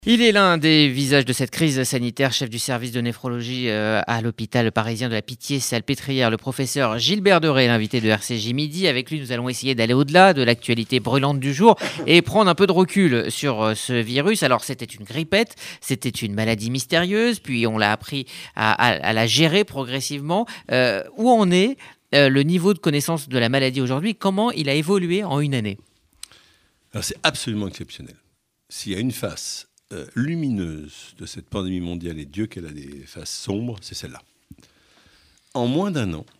Il est l'un des visages de cette crise sanitaire, chef du service de néphrologie à l'hôpital parisien de la Pitié-Salpêtrière, le professeur Gilbert Deray, l'invité de RCJ Midi. Avec lui, nous allons essayer d'aller au-delà de l'actualité brûlante du jour et prendre un peu de recul sur ce virus. Alors, c'était une grippette, c'était une maladie mystérieuse, puis on l'a appris à la gérer progressivement. Où en est le niveau de connaissance de la maladie aujourd'hui? Comment il a évolué en une année? Alors, c'est absolument exceptionnel. S'il y a une face lumineuse de cette pandémie mondiale, et Dieu qu'elle a des faces sombres, c'est celle-là. En moins d'un an,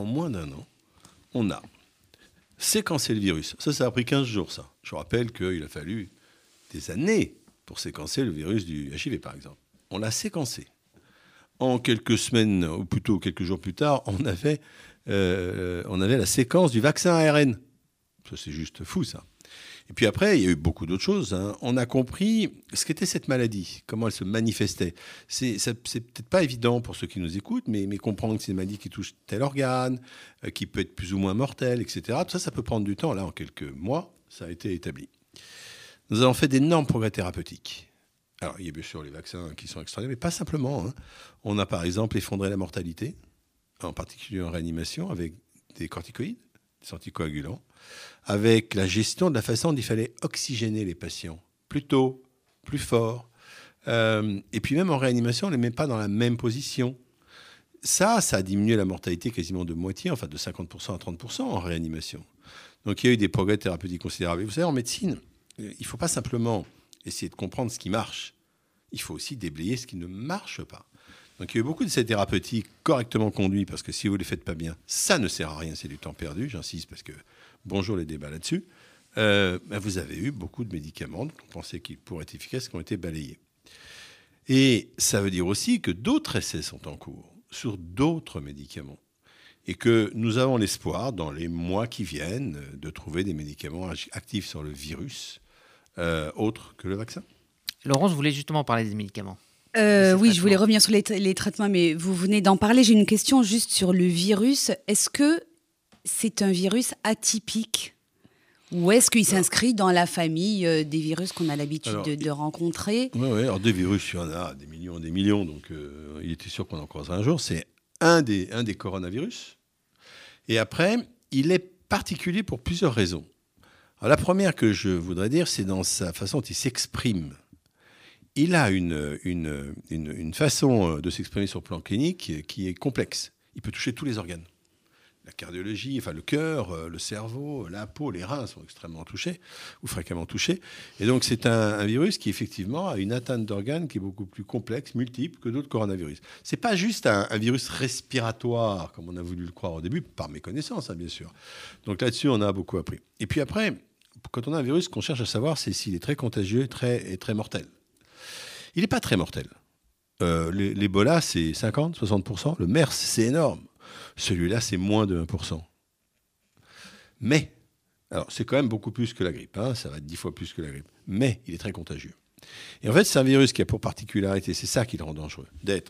on a séquencé le virus. Ça a pris 15 jours, ça. Je rappelle qu'il a fallu des années pour séquencer le virus du HIV, par exemple. On l'a séquencé. En quelques semaines, ou plutôt quelques jours plus tard, on avait la séquence du vaccin ARN. Ça, c'est juste fou, ça. Et puis après, il y a eu beaucoup d'autres choses. On a compris ce qu'était cette maladie, comment elle se manifestait. C'est peut-être pas évident pour ceux qui nous écoutent, mais comprendre que c'est une maladie qui touche tel organe, qui peut être plus ou moins mortelle, etc. Tout ça, ça peut prendre du temps. Là, en quelques mois, ça a été établi. Nous avons fait d'énormes progrès thérapeutiques. Alors, il y a bien sûr les vaccins qui sont extraordinaires, mais pas simplement. On a par exemple effondré la mortalité, en particulier en réanimation, avec des corticoïdes, des anticoagulants, avec la gestion de la façon dont il fallait oxygéner les patients, plus tôt, plus fort. Et puis même en réanimation, on ne les met pas dans la même position. Ça a diminué la mortalité quasiment de moitié, enfin de 50% à 30% en réanimation. Donc il y a eu des progrès thérapeutiques considérables. Et vous savez, en médecine, il ne faut pas simplement essayer de comprendre ce qui marche, il faut aussi déblayer ce qui ne marche pas. Donc il y a eu beaucoup de ces thérapeutiques correctement conduits, parce que si vous ne les faites pas bien, ça ne sert à rien, c'est du temps perdu, j'insiste, parce que bonjour les débats là-dessus. Vous avez eu beaucoup de médicaments dont on pensait qu'ils pourraient être efficaces, qui ont été balayés. Et ça veut dire aussi que d'autres essais sont en cours sur d'autres médicaments, et que nous avons l'espoir, dans les mois qui viennent, de trouver des médicaments actifs sur le virus, autres que le vaccin. Laurence, vous voulez justement parler des médicaments? Oui, je voulais revenir sur les traitements, mais vous venez d'en parler. J'ai une question juste sur le virus. Est-ce que c'est un virus atypique ou est-ce qu'il s'inscrit dans la famille des virus qu'on a l'habitude de rencontrer? Oui, alors des virus, il y en a des millions, donc il était sûr qu'on en croiserait un jour. C'est un des coronavirus. Et après, il est particulier pour plusieurs raisons. Alors, la première que je voudrais dire, c'est dans sa façon dont il s'exprime. Il a une façon de s'exprimer sur le plan clinique qui est complexe. Il peut toucher tous les organes. La cardiologie, enfin le cœur, le cerveau, la peau, les reins sont extrêmement touchés ou fréquemment touchés. Et donc c'est un virus qui effectivement a une atteinte d'organes qui est beaucoup plus complexe, multiple que d'autres coronavirus. C'est pas juste un virus respiratoire comme on a voulu le croire au début, par méconnaissance bien sûr. Donc là-dessus on a beaucoup appris. Et puis après, quand on a un virus, ce qu'on cherche à savoir, c'est s'il est très contagieux et très mortel. Il n'est pas très mortel. L'Ebola, c'est 50-60%. Le MERS, c'est énorme. Celui-là, c'est moins de 1%. Mais, alors c'est quand même beaucoup plus que la grippe. Ça va être 10 fois plus que la grippe. Mais il est très contagieux. Et en fait, c'est un virus qui a pour particularité, c'est ça qui le rend dangereux, d'être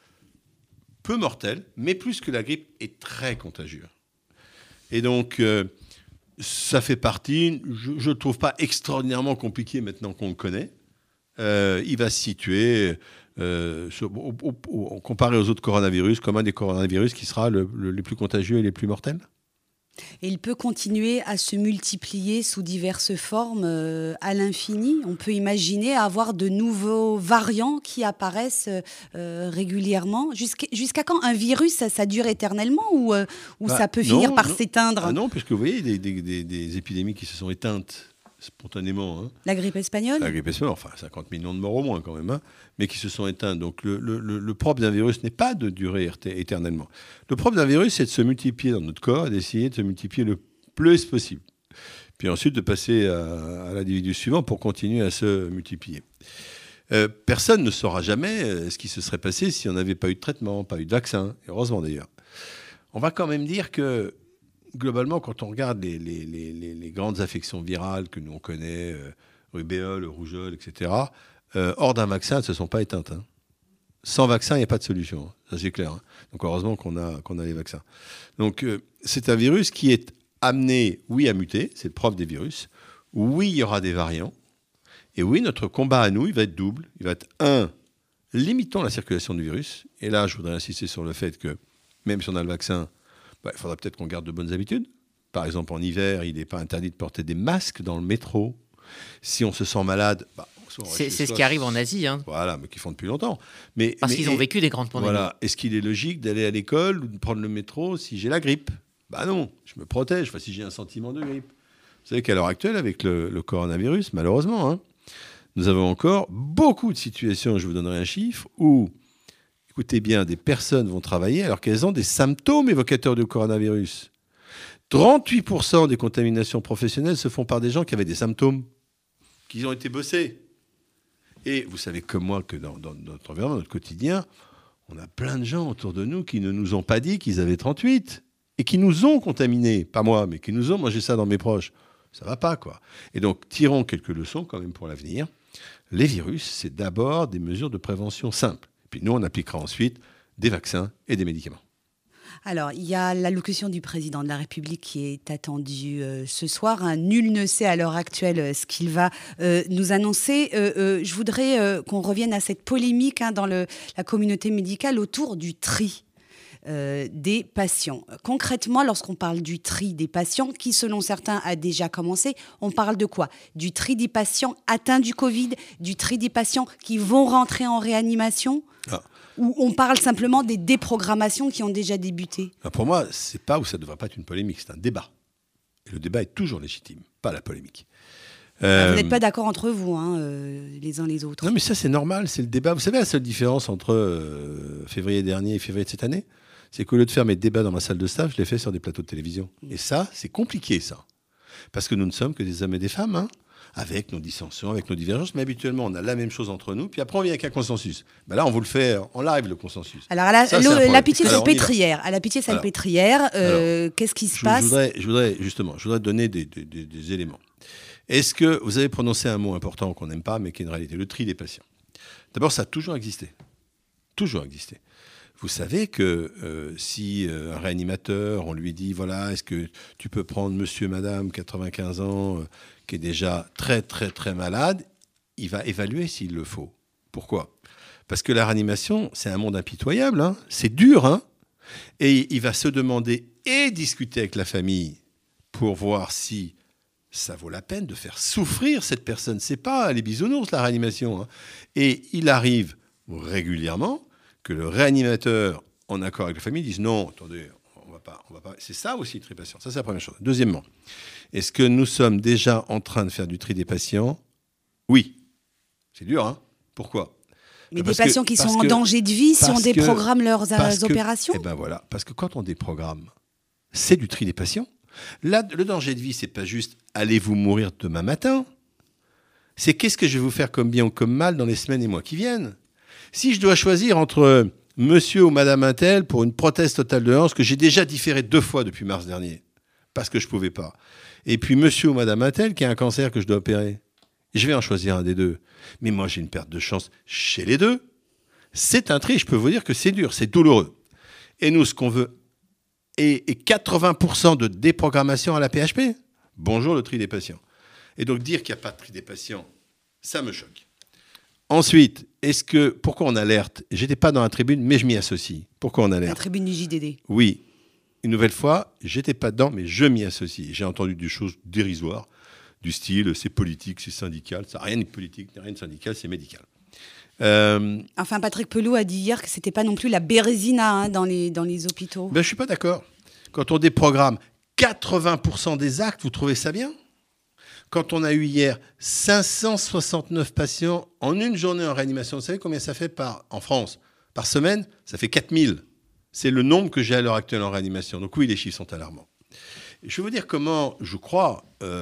peu mortel, mais plus que la grippe, et très contagieux. Et donc, ça fait partie, je ne trouve pas extraordinairement compliqué maintenant qu'on le connaît. Il va se situer, comparé aux autres coronavirus, comme un des coronavirus qui sera le plus contagieux et les plus mortels. Et il peut continuer à se multiplier sous diverses formes à l'infini. On peut imaginer avoir de nouveaux variants qui apparaissent régulièrement. Jusqu'à quand un virus, ça dure éternellement ou ça peut finir par s'éteindre? Non, puisque vous voyez des épidémies qui se sont éteintes spontanément. La grippe espagnole ? La grippe espagnole, enfin 50 millions de morts au moins quand même, mais qui se sont éteintes. Donc le propre d'un virus n'est pas de durer éternellement. Le propre d'un virus, c'est de se multiplier dans notre corps et d'essayer de se multiplier le plus possible. Puis ensuite de passer à l'individu suivant pour continuer à se multiplier. Personne ne saura jamais ce qui se serait passé si on n'avait pas eu de traitement, pas eu de vaccin, et heureusement d'ailleurs. On va quand même dire que globalement, quand on regarde les grandes affections virales que nous on connaît, rubéole, rougeole, etc., hors d'un vaccin, elles ne se sont pas éteintes. Sans vaccin, il n'y a pas de solution. Ça, c'est clair. Donc, heureusement qu'on a les vaccins. Donc, c'est un virus qui est amené, oui, à muter. C'est le propre des virus. Oui, il y aura des variants. Et oui, notre combat à nous, il va être double. Il va être, limitons la circulation du virus. Et là, je voudrais insister sur le fait que, même si on a le vaccin, il faudra peut-être qu'on garde de bonnes habitudes. Par exemple, en hiver, il n'est pas interdit de porter des masques dans le métro. Si on se sent malade... c'est ce qui arrive en Asie. Hein. Voilà, mais qu'ils font depuis longtemps. Parce qu'ils ont vécu des grandes pandémies. Voilà. Est-ce qu'il est logique d'aller à l'école ou de prendre le métro si j'ai la grippe ? Non, je me protège. Si j'ai un sentiment de grippe. Vous savez qu'à l'heure actuelle, avec le coronavirus, malheureusement, nous avons encore beaucoup de situations, je vous donnerai un chiffre, où, écoutez bien, des personnes vont travailler alors qu'elles ont des symptômes évocateurs du coronavirus. 38% des contaminations professionnelles se font par des gens qui avaient des symptômes, qui ont été bossés. Et vous savez comme moi que dans notre environnement, notre quotidien, on a plein de gens autour de nous qui ne nous ont pas dit qu'ils avaient 38 et qui nous ont contaminés. Pas moi, mais qui nous ont mangé ça dans mes proches. Ça va pas, quoi. Et donc, tirons quelques leçons quand même pour l'avenir. Les virus, c'est d'abord des mesures de prévention simples. Puis nous, on appliquera ensuite des vaccins et des médicaments. Alors, il y a l'allocution du président de la République qui est attendue ce soir. Nul ne sait à l'heure actuelle ce qu'il va nous annoncer. Je voudrais qu'on revienne à cette polémique dans la communauté médicale autour du tri des patients. Concrètement, lorsqu'on parle du tri des patients, qui selon certains a déjà commencé, on parle de quoi ? Du tri des patients atteints du Covid, du tri des patients qui vont rentrer en réanimation ? Ou on parle simplement des déprogrammations qui ont déjà débuté ? Pour moi, c'est pas ou ça ne devrait pas être une polémique, c'est un débat. Et le débat est toujours légitime, pas la polémique. Vous n'êtes pas d'accord entre vous, les uns les autres. Non, mais ça, c'est normal, c'est le débat. Vous savez la seule différence entre février dernier et février de cette année ? C'est qu'au lieu de faire mes débats dans ma salle de staff, je les fais sur des plateaux de télévision. Et ça, c'est compliqué, ça. Parce que nous ne sommes que des hommes et des femmes, avec nos dissensions, avec nos divergences, mais habituellement, on a la même chose entre nous, puis après, on vient avec un consensus. Là, on vous le fait en live, le consensus. Alors, la Pitié-Salpêtrière, qu'est-ce qui se passe ? Je voudrais donner des éléments. Est-ce que vous avez prononcé un mot important qu'on n'aime pas, mais qui est une réalité, le tri des patients ? D'abord, ça a toujours existé. Toujours existé. Vous savez que si un réanimateur, on lui dit, voilà, est-ce que tu peux prendre monsieur, madame, 95 ans, qui est déjà très, très, très malade, il va évaluer s'il le faut. Pourquoi ? Parce que la réanimation, c'est un monde impitoyable, c'est dur, et il va se demander et discuter avec la famille pour voir si ça vaut la peine de faire souffrir cette personne. C'est pas les bisounours, la réanimation. Et il arrive régulièrement que le réanimateur, en accord avec la famille, dise non, attendez, on va pas. C'est ça aussi le tri des patients. Ça, c'est la première chose. Deuxièmement, est-ce que nous sommes déjà en train de faire du tri des patients ? Oui. C'est dur, Pourquoi ? Mais des patients qui sont en danger de vie, si on déprogramme leurs opérations ? Eh bien voilà, parce que quand on déprogramme, c'est du tri des patients. Là, le danger de vie, c'est pas juste « allez-vous mourir demain matin ?» C'est qu'est-ce que je vais vous faire comme bien ou comme mal dans les semaines et mois qui viennent ? Si je dois choisir entre monsieur ou madame Intel pour une prothèse totale de hanche que j'ai déjà différée 2 fois depuis mars dernier, parce que je ne pouvais pas, et puis monsieur ou madame Intel qui a un cancer que je dois opérer, je vais en choisir un des deux. Mais moi, j'ai une perte de chance chez les deux. C'est un tri, je peux vous dire que c'est dur, c'est douloureux. Et nous, ce qu'on veut, et 80% de déprogrammation à la PHP. Bonjour le tri des patients. Et donc dire qu'il n'y a pas de tri des patients, ça me choque. Ensuite, pourquoi on alerte ? J'étais pas dans la tribune, mais je m'y associe. Pourquoi on alerte ? La tribune du JDD. Oui. Une nouvelle fois, j'étais pas dedans, mais je m'y associe. J'ai entendu des choses dérisoires, du style, c'est politique, c'est syndical. Ça n'a rien de politique, rien de syndical, c'est médical. Enfin, Patrick Pelloux a dit hier que c'était pas non plus la bérésina dans les hôpitaux. Je suis pas d'accord. Quand on déprogramme 80% des actes, vous trouvez ça bien ? Quand on a eu hier 569 patients en une journée en réanimation, vous savez combien ça fait en France ? Par semaine, ça fait 4000. C'est le nombre que j'ai à l'heure actuelle en réanimation. Donc oui, les chiffres sont alarmants. Et je vais vous dire comment, je crois,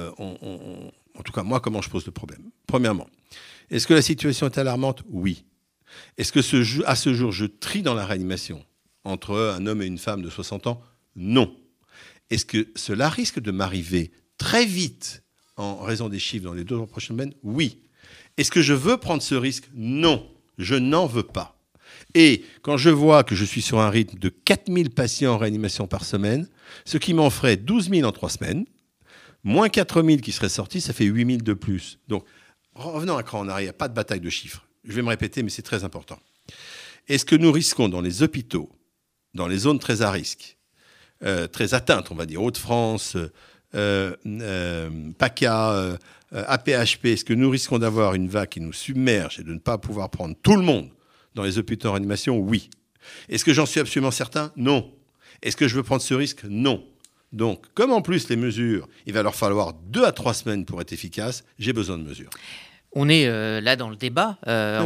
en tout cas moi, comment je pose le problème. Premièrement, est-ce que la situation est alarmante ? Oui. Est-ce que à ce jour, je trie dans la réanimation entre un homme et une femme de 60 ans ? Non. Est-ce que cela risque de m'arriver très vite en raison des chiffres dans les 2 prochaines semaines ? Oui. Est-ce que je veux prendre ce risque ? Non. Je n'en veux pas. Et quand je vois que je suis sur un rythme de 4000 patients en réanimation par semaine, ce qui m'en ferait 12 000 en 3 semaines, moins 4 000 qui seraient sortis, ça fait 8 000 de plus. Donc, revenons un cran en arrière, pas de bataille de chiffres. Je vais me répéter, mais c'est très important. Est-ce que nous risquons dans les hôpitaux, dans les zones très à risque, très atteintes, on va dire, Hauts-de-France, PACA, APHP, est-ce que nous risquons d'avoir une vague qui nous submerge et de ne pas pouvoir prendre tout le monde dans les hôpitaux en réanimation? Oui. Est-ce que j'en suis absolument certain? Non. Est-ce que je veux prendre ce risque? Non. Donc, comme en plus les mesures, il va leur falloir 2 à 3 semaines pour être efficaces, j'ai besoin de mesures. On est là dans le débat,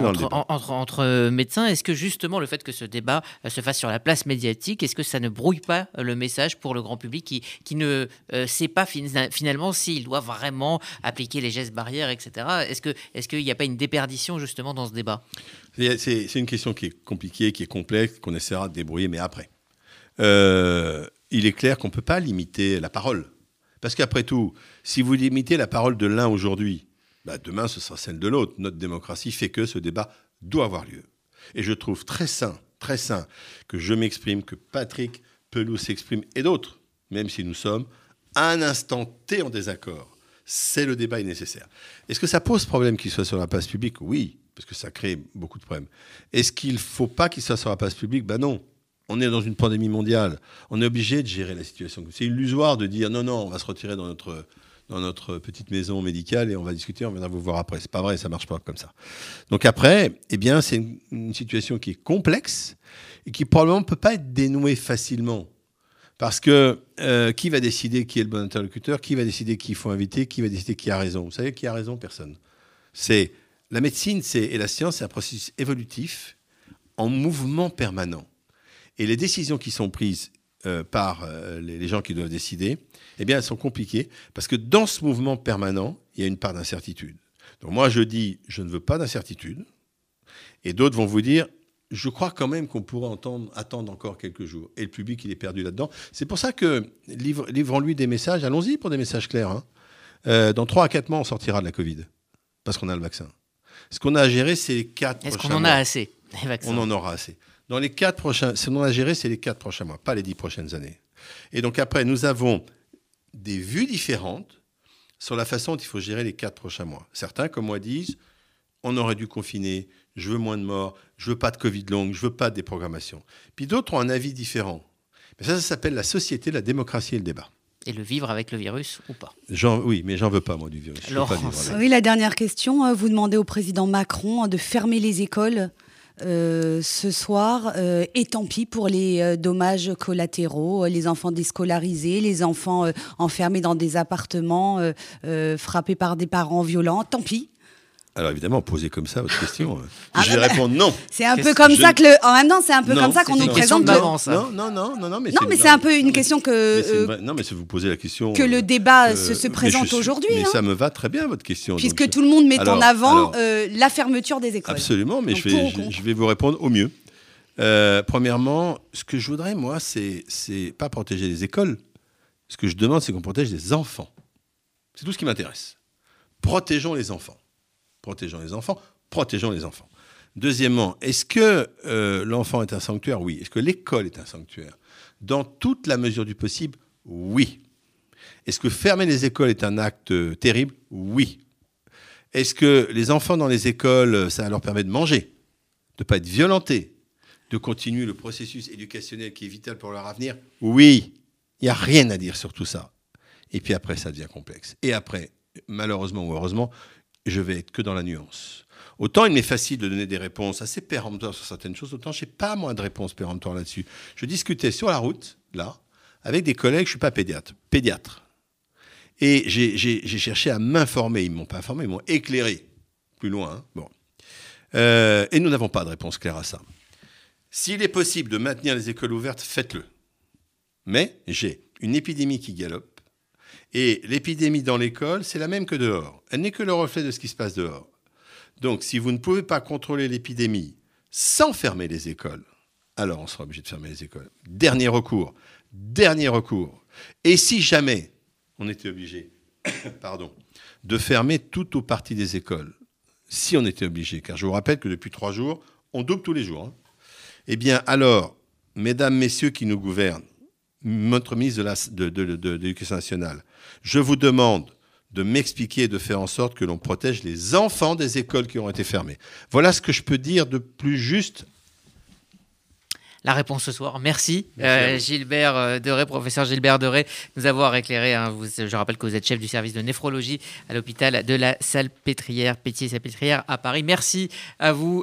entre médecins. Est-ce que justement le fait que ce débat se fasse sur la place médiatique, est-ce que ça ne brouille pas le message pour le grand public qui ne sait pas finalement s'il doit vraiment appliquer les gestes barrières, etc. Est-ce qu'il n'y a pas une déperdition justement dans ce débat? C'est une question qui est compliquée, qui est complexe, qu'on essaiera de débrouiller, mais après. Il est clair qu'on ne peut pas limiter la parole. Parce qu'après tout, si vous limitez la parole de l'un aujourd'hui, demain, ce sera celle de l'autre. Notre démocratie fait que ce débat doit avoir lieu. Et je trouve très sain que je m'exprime, que Patrick Pelloux s'exprime, et d'autres, même si nous sommes à un instant T en désaccord. C'est le débat est nécessaire. Est-ce que ça pose problème qu'il soit sur la place publique? Oui, parce que ça crée beaucoup de problèmes. Est-ce qu'il ne faut pas qu'il soit sur la place publique? Non. On est dans une pandémie mondiale. On est obligé de gérer la situation. C'est illusoire de dire non, on va se retirer dans notre petite maison médicale et on va discuter, on viendra vous voir après. C'est pas vrai, ça marche pas comme ça. Donc après, c'est une situation qui est complexe et qui probablement ne peut pas être dénouée facilement. Parce que qui va décider qui est le bon interlocuteur? Qui va décider qui il faut inviter? Qui va décider qui a raison? Vous savez qui a raison? Personne. La médecine et la science, c'est un processus évolutif en mouvement permanent. Et les décisions qui sont prises par les gens qui doivent décider, elles sont compliquées parce que dans ce mouvement permanent, il y a une part d'incertitude. Donc moi, je dis, je ne veux pas d'incertitude. Et d'autres vont vous dire, je crois quand même qu'on pourrait attendre encore quelques jours. Et le public, il est perdu là-dedans. C'est pour ça que livrons-lui des messages. Allons-y pour des messages clairs. Dans 3 à 4 mois, on sortira de la Covid parce qu'on a le vaccin. Ce qu'on a à gérer, c'est les 4 prochains mois. Est-ce qu'on en a assez, les vaccins? On en aura assez. Dans les 4 prochains, ce qu'on a à gérer, c'est les 4 prochains mois, pas les 10 prochaines années. Et donc après, nous avons des vues différentes sur la façon dont il faut gérer les 4 prochains mois. Certains, comme moi, disent on aurait dû confiner, je veux moins de morts, je veux pas de Covid longue, je veux pas de déprogrammation. Puis d'autres ont un avis différent. Mais ça s'appelle la société, la démocratie et le débat. Et le vivre avec le virus ou pas? Oui, mais j'en veux pas, moi, du virus. Oui, la dernière question. Vous demandez au président Macron de fermer les écoles ce soir, et tant pis pour les dommages collatéraux, les enfants déscolarisés, les enfants enfermés dans des appartements, frappés par des parents violents, tant pis. Alors évidemment, posez comme ça votre question. Je vais répondre non. C'est un peu comme ça en même temps, c'est un peu comme ça qu'on nous présente. Non, mais c'est un peu une question que. Non, mais si vous posez la question. Que le débat se présente aujourd'hui. Mais ça me va très bien votre question. Puisque tout le monde met en avant la fermeture des écoles. Absolument, mais je vais vous répondre au mieux. Premièrement, ce que je voudrais, moi, c'est pas protéger les écoles. Ce que je demande, c'est qu'on protège les enfants. C'est tout ce qui m'intéresse. Protégeons les enfants. Protégeons les enfants, protégeons les enfants. Deuxièmement, est-ce que l'enfant est un sanctuaire? Oui. Est-ce que l'école est un sanctuaire? Dans toute la mesure du possible, oui. Est-ce que fermer les écoles est un acte terrible? Oui. Est-ce que les enfants dans les écoles, ça leur permet de manger, de ne pas être violentés, de continuer le processus éducationnel qui est vital pour leur avenir? Oui. Il n'y a rien à dire sur tout ça. Et puis après, ça devient complexe. Et après, malheureusement ou heureusement, je vais être que dans la nuance. Autant il m'est facile de donner des réponses assez péremptoires sur certaines choses, autant je n'ai pas moins de réponses péremptoires là-dessus. Je discutais sur la route, là, avec des collègues, je ne suis pas pédiatre. Et j'ai cherché à m'informer. Ils ne m'ont pas informé, ils m'ont éclairé. Plus loin, et nous n'avons pas de réponse claire à ça. S'il est possible de maintenir les écoles ouvertes, faites-le. Mais j'ai une épidémie qui galope. Et l'épidémie dans l'école, c'est la même que dehors. Elle n'est que le reflet de ce qui se passe dehors. Donc, si vous ne pouvez pas contrôler l'épidémie sans fermer les écoles, alors on sera obligé de fermer les écoles. Dernier recours. Et si jamais on était obligé de fermer tout ou partie des écoles, si on était obligé, car je vous rappelle que depuis 3 jours, on double tous les jours, eh bien alors, mesdames, messieurs qui nous gouvernent, notre ministre de l'Éducation nationale, je vous demande de m'expliquer et de faire en sorte que l'on protège les enfants des écoles qui ont été fermées. Voilà ce que je peux dire de plus juste. La réponse ce soir. Merci, Gilbert Deray, professeur Gilbert Deray, nous avoir éclairé. Je rappelle que vous êtes chef du service de néphrologie à l'hôpital de la Salpêtrière, Pitié-Salpêtrière à Paris. Merci à vous.